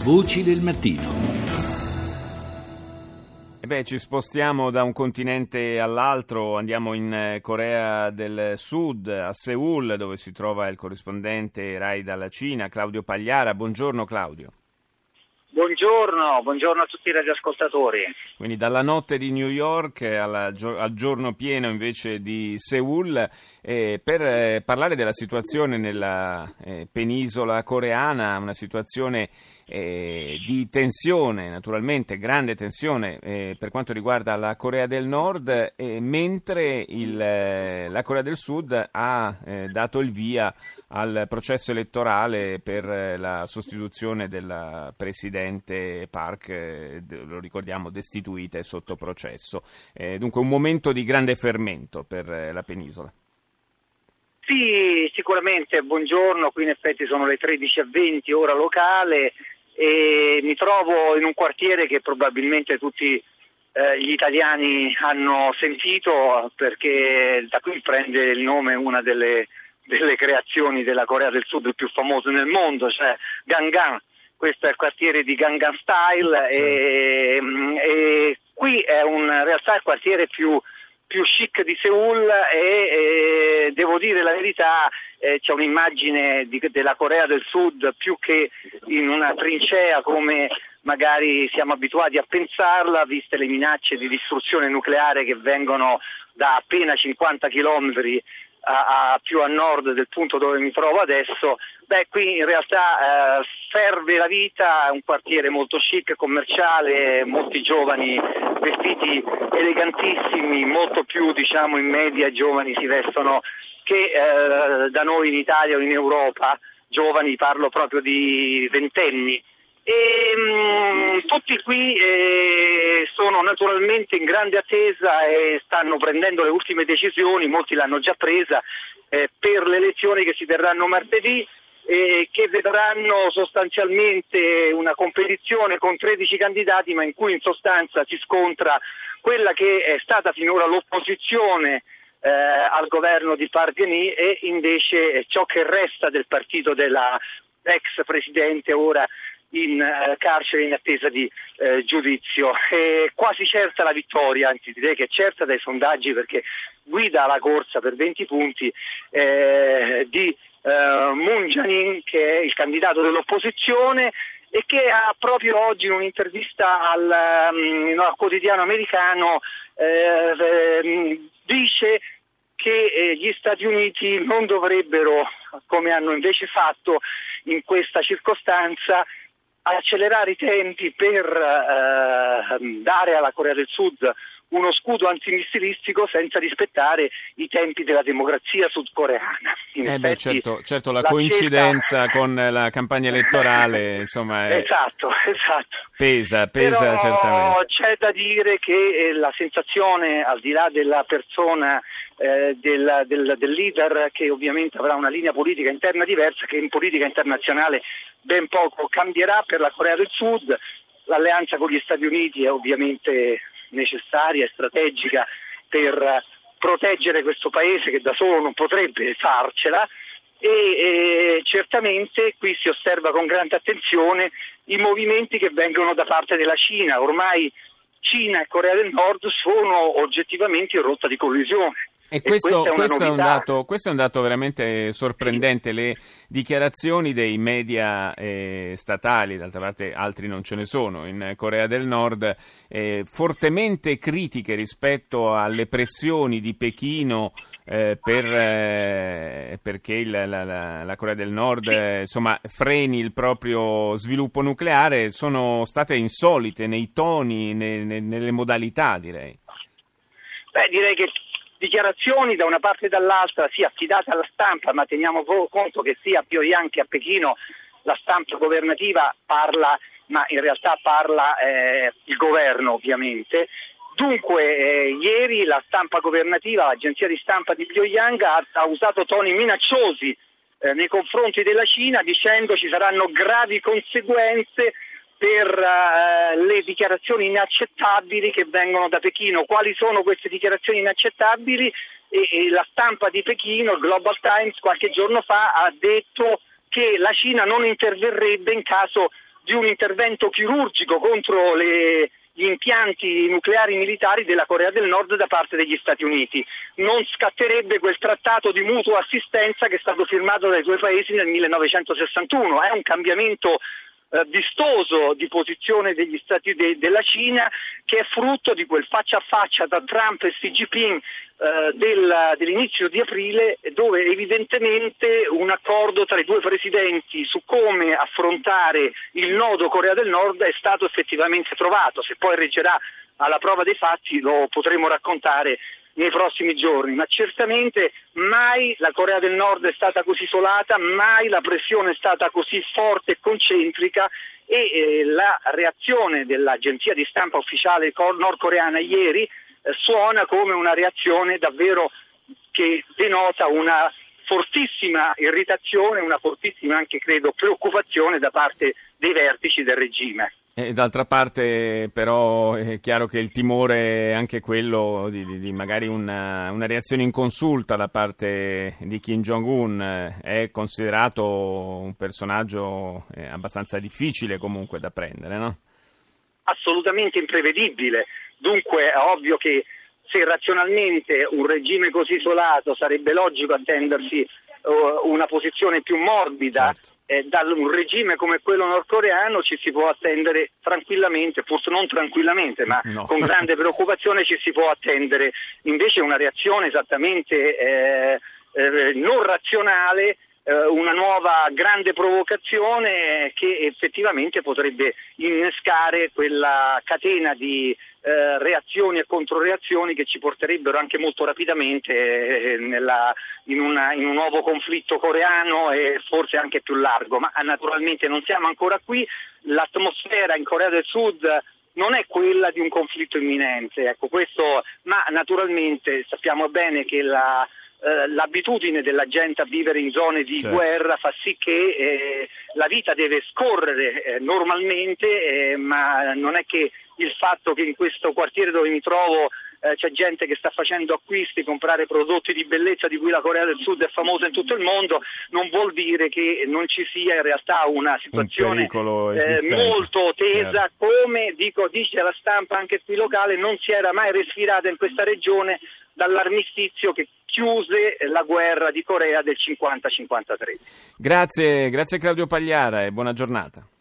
Voci del mattino. Ci spostiamo da un continente all'altro, andiamo in Corea del Sud, a Seul, dove si trova il corrispondente Rai dalla Cina, Claudio Pagliara. Buongiorno Claudio. Buongiorno a tutti i radioascoltatori. Quindi dalla notte di New York al giorno pieno invece di Seul, per parlare della situazione nella penisola coreana, una situazione di tensione, naturalmente grande tensione per quanto riguarda la Corea del Nord, mentre la Corea del Sud ha dato il via al processo elettorale per la sostituzione della presidente Park, lo ricordiamo, destituita e sotto processo. Dunque un momento di grande fermento per la penisola. Sì, sicuramente, buongiorno, qui in effetti sono le 13:20 ora locale e mi trovo in un quartiere che probabilmente tutti gli italiani hanno sentito, perché da qui prende il nome una delle creazioni della Corea del Sud più famose nel mondo, cioè Gangnam. Questo è il quartiere di Gangnam Style, e qui è in realtà il quartiere più chic di Seul e devo dire la verità, c'è un'immagine della Corea del Sud più che in una trincea come magari siamo abituati a pensarla, viste le minacce di distruzione nucleare che vengono da appena 50 chilometri più a nord del punto dove mi trovo adesso. Qui in realtà ferve la vita, è un quartiere molto chic, commerciale, molti giovani vestiti elegantissimi, molto più in media giovani si vestono che da noi in Italia o in Europa, giovani parlo proprio di ventenni. E tutti qui sono naturalmente in grande attesa e stanno prendendo le ultime decisioni, molti l'hanno già presa, per le elezioni che si terranno martedì, che vedranno sostanzialmente una competizione con 13 candidati, ma in cui in sostanza si scontra quella che è stata finora l'opposizione al governo di Park Geun-hye e invece ciò che resta del partito della ex presidente, ora in carcere in attesa di giudizio. È quasi certa la vittoria, anzi direi che è certa dai sondaggi, perché guida la corsa per 20 punti di Moon Jae-in, che è il candidato dell'opposizione e che ha proprio oggi in un'intervista al quotidiano americano dice che gli Stati Uniti non dovrebbero, come hanno invece fatto in questa circostanza, accelerare i tempi per dare alla Corea del Sud uno scudo antimissilistico senza rispettare i tempi della democrazia sudcoreana. Certo, la coincidenza con la campagna elettorale, insomma, esatto. Pesa Però certamente. C'è da dire che la sensazione, al di là della persona del leader, che ovviamente avrà una linea politica interna diversa, che in politica internazionale ben poco cambierà per la Corea del Sud. L'alleanza con gli Stati Uniti è ovviamente necessaria e strategica per proteggere questo paese che da solo non potrebbe farcela, e certamente qui si osserva con grande attenzione i movimenti che vengono da parte della Cina. Ormai Cina e Corea del Nord sono oggettivamente in rotta di collisione. E questo è un dato veramente sorprendente. Le dichiarazioni dei media statali, d'altra parte altri non ce ne sono in Corea del Nord, fortemente critiche rispetto alle pressioni di Pechino perché la Corea del Nord freni il proprio sviluppo nucleare, sono state insolite nei toni, nelle modalità, direi. Direi che dichiarazioni da una parte e dall'altra, sì, affidate alla stampa, ma teniamo conto che sia a Pyongyang che a Pechino la stampa governativa parla, ma in realtà parla il governo ovviamente. Dunque ieri la stampa governativa, l'agenzia di stampa di Pyongyang ha usato toni minacciosi nei confronti della Cina, dicendo ci saranno gravi conseguenze per le dichiarazioni inaccettabili che vengono da Pechino. Quali sono queste dichiarazioni inaccettabili? E la stampa di Pechino, il Global Times, qualche giorno fa ha detto che la Cina non interverrebbe in caso di un intervento chirurgico contro gli impianti nucleari militari della Corea del Nord da parte degli Stati Uniti. Non scatterebbe quel trattato di mutua assistenza che è stato firmato dai due paesi nel 1961. È un cambiamento vistoso di posizione degli Stati della Cina, che è frutto di quel faccia a faccia tra Trump e Xi Jinping dell'inizio di aprile, dove evidentemente un accordo tra i due presidenti su come affrontare il nodo Corea del Nord è stato effettivamente trovato. Se poi reggerà alla prova dei fatti lo potremo raccontare nei prossimi giorni, ma certamente mai la Corea del Nord è stata così isolata, mai la pressione è stata così forte e concentrica, e la reazione dell'agenzia di stampa ufficiale nordcoreana ieri suona come una reazione davvero che denota una fortissima irritazione, una fortissima anche credo preoccupazione da parte dei vertici del regime. D'altra parte però è chiaro che il timore è anche quello di magari una reazione inconsulta da parte di Kim Jong-un. È considerato un personaggio abbastanza difficile comunque da prendere, no? Assolutamente imprevedibile. Dunque è ovvio che se razionalmente un regime così isolato sarebbe logico attendersi una posizione più morbida, certo. Da un regime come quello nordcoreano ci si può attendere tranquillamente, forse non tranquillamente, ma no. Con grande preoccupazione ci si può attendere invece una reazione esattamente non razionale, una nuova grande provocazione che effettivamente potrebbe innescare quella catena di reazioni e controreazioni che ci porterebbero anche molto rapidamente in un nuovo conflitto coreano e forse anche più largo, ma naturalmente non siamo ancora qui. L'atmosfera in Corea del Sud non è quella di un conflitto imminente, ecco questo, ma naturalmente sappiamo bene che l'abitudine della gente a vivere in zone di certo. guerra fa sì che la vita deve scorrere normalmente, ma non è che il fatto che in questo quartiere dove mi trovo c'è gente che sta facendo acquisti, comprare prodotti di bellezza di cui la Corea del Sud è famosa in tutto il mondo, non vuol dire che non ci sia in realtà una situazione molto tesa, certo. come dice la stampa anche qui locale, non si era mai respirata in questa regione dall'armistizio che chiuse la guerra di Corea del 50-53. Grazie Claudio Pagliara e buona giornata.